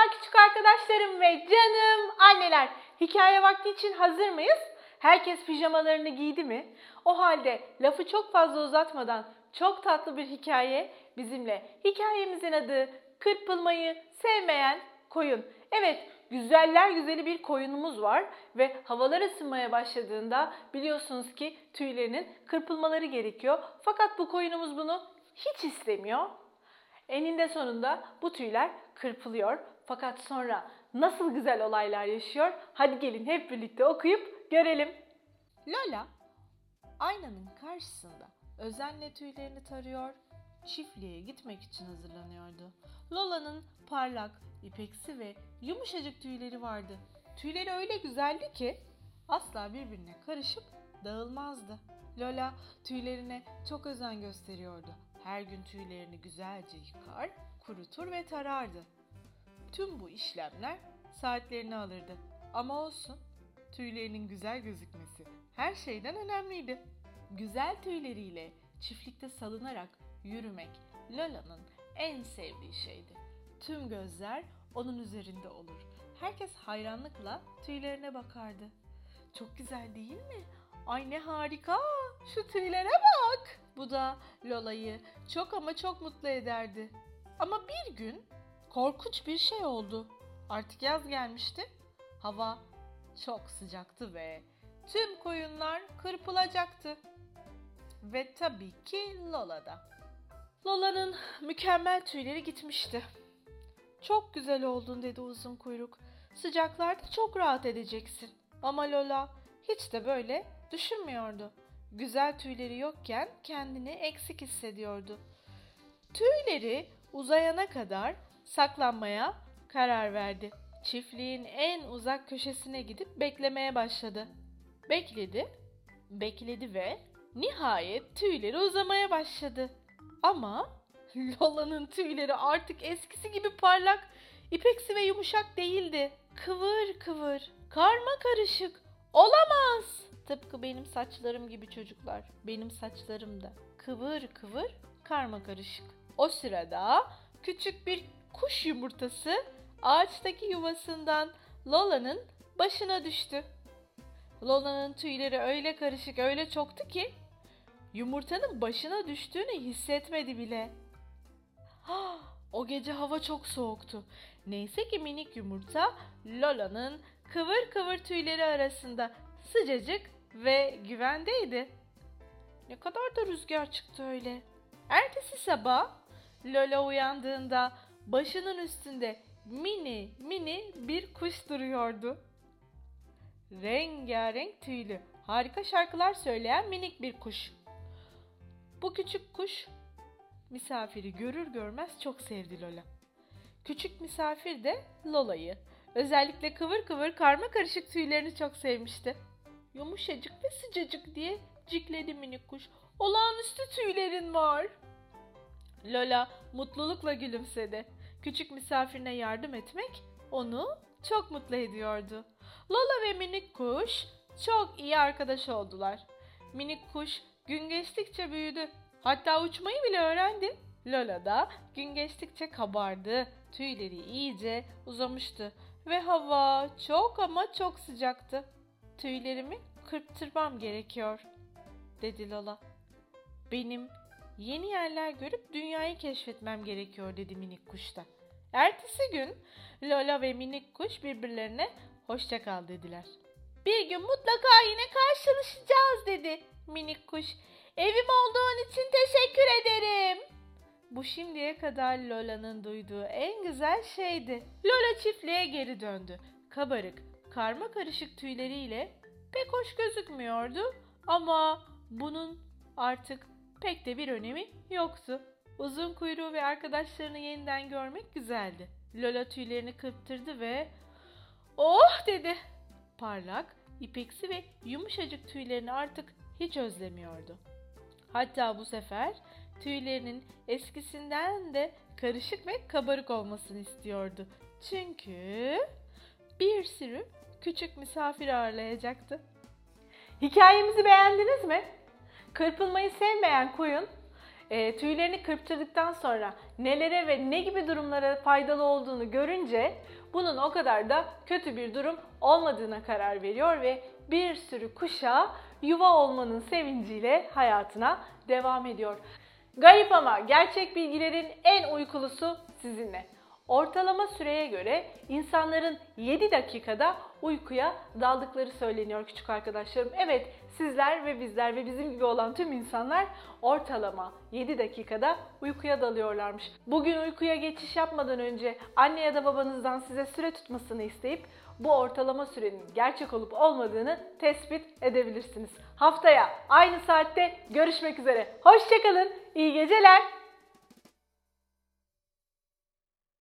küçük arkadaşlarım ve canım anneler. Hikaye vakti için hazır mıyız? Herkes pijamalarını giydi mi? O halde lafı çok fazla uzatmadan çok tatlı bir hikaye bizimle. Hikayemizin adı Kırpılmayı Sevmeyen Koyun. Evet, güzeller güzeli bir koyunumuz var ve havalar ısınmaya başladığında biliyorsunuz ki tüylerinin kırpılmaları gerekiyor. Fakat bu koyunumuz bunu hiç istemiyor. Eninde sonunda bu tüyler kırpılıyor. Fakat sonra nasıl güzel olaylar yaşıyor? Hadi gelin hep birlikte okuyup görelim. Lola aynanın karşısında özenle tüylerini tarıyor, çiftliğe gitmek için hazırlanıyordu. Lola'nın parlak, ipeksi ve yumuşacık tüyleri vardı. Tüyleri öyle güzeldi ki asla birbirine karışıp dağılmazdı. Lola tüylerine çok özen gösteriyordu. Her gün tüylerini güzelce yıkar, kurutur ve tarardı. Tüm bu işlemler saatlerini alırdı. Ama olsun, tüylerinin güzel gözükmesi her şeyden önemliydi. Güzel tüyleriyle çiftlikte salınarak yürümek Lola'nın en sevdiği şeydi. Tüm gözler onun üzerinde olur. Herkes hayranlıkla tüylerine bakardı. Çok güzel değil mi? Ay ne harika! Şu tüylere bak! Bu da Lola'yı çok ama çok mutlu ederdi. Ama bir gün korkunç bir şey oldu. Artık yaz gelmişti. Hava çok sıcaktı ve tüm koyunlar kırpılacaktı. Ve tabii ki Lola da. Lola'nın mükemmel tüyleri gitmişti. Çok güzel oldun dedi uzun kuyruk. Sıcaklarda çok rahat edeceksin. Ama Lola hiç de böyle düşünmüyordu. Güzel tüyleri yokken kendini eksik hissediyordu. Tüyleri uzayana kadar saklanmaya karar verdi. Çiftliğin en uzak köşesine gidip beklemeye başladı. Bekledi ve nihayet tüyleri uzamaya başladı. Ama Lola'nın tüyleri artık eskisi gibi parlak, ipeksi ve yumuşak değildi. Kıvır kıvır, karma karışık. Olamaz! Tıpkı benim saçlarım gibi çocuklar. Benim saçlarım da kıvır kıvır, karma karışık. O sırada küçük bir kuş yumurtası ağaçtaki yuvasından Lola'nın başına düştü. Lola'nın tüyleri öyle karışık, öyle çoktu ki yumurtanın başına düştüğünü hissetmedi bile. O gece hava çok soğuktu. Neyse ki minik yumurta Lola'nın kıvır kıvır tüyleri arasında sıcacık ve güvendeydi. Ne kadar da rüzgar çıktı öyle. Ertesi sabah Lola uyandığında başının üstünde mini bir kuş duruyordu. Rengarenk tüylü, harika şarkılar söyleyen minik bir kuş. Bu küçük kuş misafiri görür görmez çok sevdi Lola. Küçük misafir de Lola'yı, özellikle kıvır kıvır karma karışık tüylerini çok sevmişti. Yumuşacık ve sıcacık diye cikledi minik kuş. Olağanüstü tüylerin var. Lola mutlulukla gülümsedi. Küçük misafirine yardım etmek onu çok mutlu ediyordu. Lola ve minik kuş çok iyi arkadaş oldular. Minik kuş gün geçtikçe büyüdü. Hatta uçmayı bile öğrendi. Lola da gün geçtikçe kabardı. Tüyleri iyice uzamıştı ve hava çok ama çok sıcaktı. Tüylerimi kırptırmam gerekiyor, dedi Lola. Benim yeni yerler görüp dünyayı keşfetmem gerekiyor, dedi minik kuş da. Ertesi gün Lola ve minik kuş birbirlerine hoşça kal dediler. Bir gün mutlaka yine karşılaşacağız, dedi minik kuş. Evim olduğun için teşekkür ederim. Bu şimdiye kadar Lola'nın duyduğu en güzel şeydi. Lola çiftliğe geri döndü. Kabarık, karma karışık tüyleriyle pek hoş gözükmüyordu ama bunun artık pek de bir önemi yoktu. Uzun kuyruğu ve arkadaşlarını yeniden görmek güzeldi. Lola tüylerini kırptırdı ve "Oh!" dedi. Parlak, ipeksi ve yumuşacık tüylerini artık hiç özlemiyordu. Hatta bu sefer tüylerinin eskisinden de karışık ve kabarık olmasını istiyordu. Çünkü bir sürü küçük misafir ağırlayacaktı. Hikayemizi beğendiniz mi? Kırpılmayı sevmeyen koyun Tüylerini kırptırdıktan sonra nelere ve ne gibi durumlara faydalı olduğunu görünce bunun o kadar da kötü bir durum olmadığına karar veriyor ve bir sürü kuşa yuva olmanın sevinciyle hayatına devam ediyor. Garip ama gerçek bilgilerin en uykulusu sizinle. Ortalama süreye göre insanların 7 dakikada uykuya daldıkları söyleniyor küçük arkadaşlarım. Evet, sizler ve bizler ve bizim gibi olan tüm insanlar ortalama 7 dakikada uykuya dalıyorlarmış. Bugün uykuya geçiş yapmadan önce anne ya da babanızdan size süre tutmasını isteyip bu ortalama sürenin gerçek olup olmadığını tespit edebilirsiniz. Haftaya aynı saatte görüşmek üzere. Hoşça kalın, iyi geceler.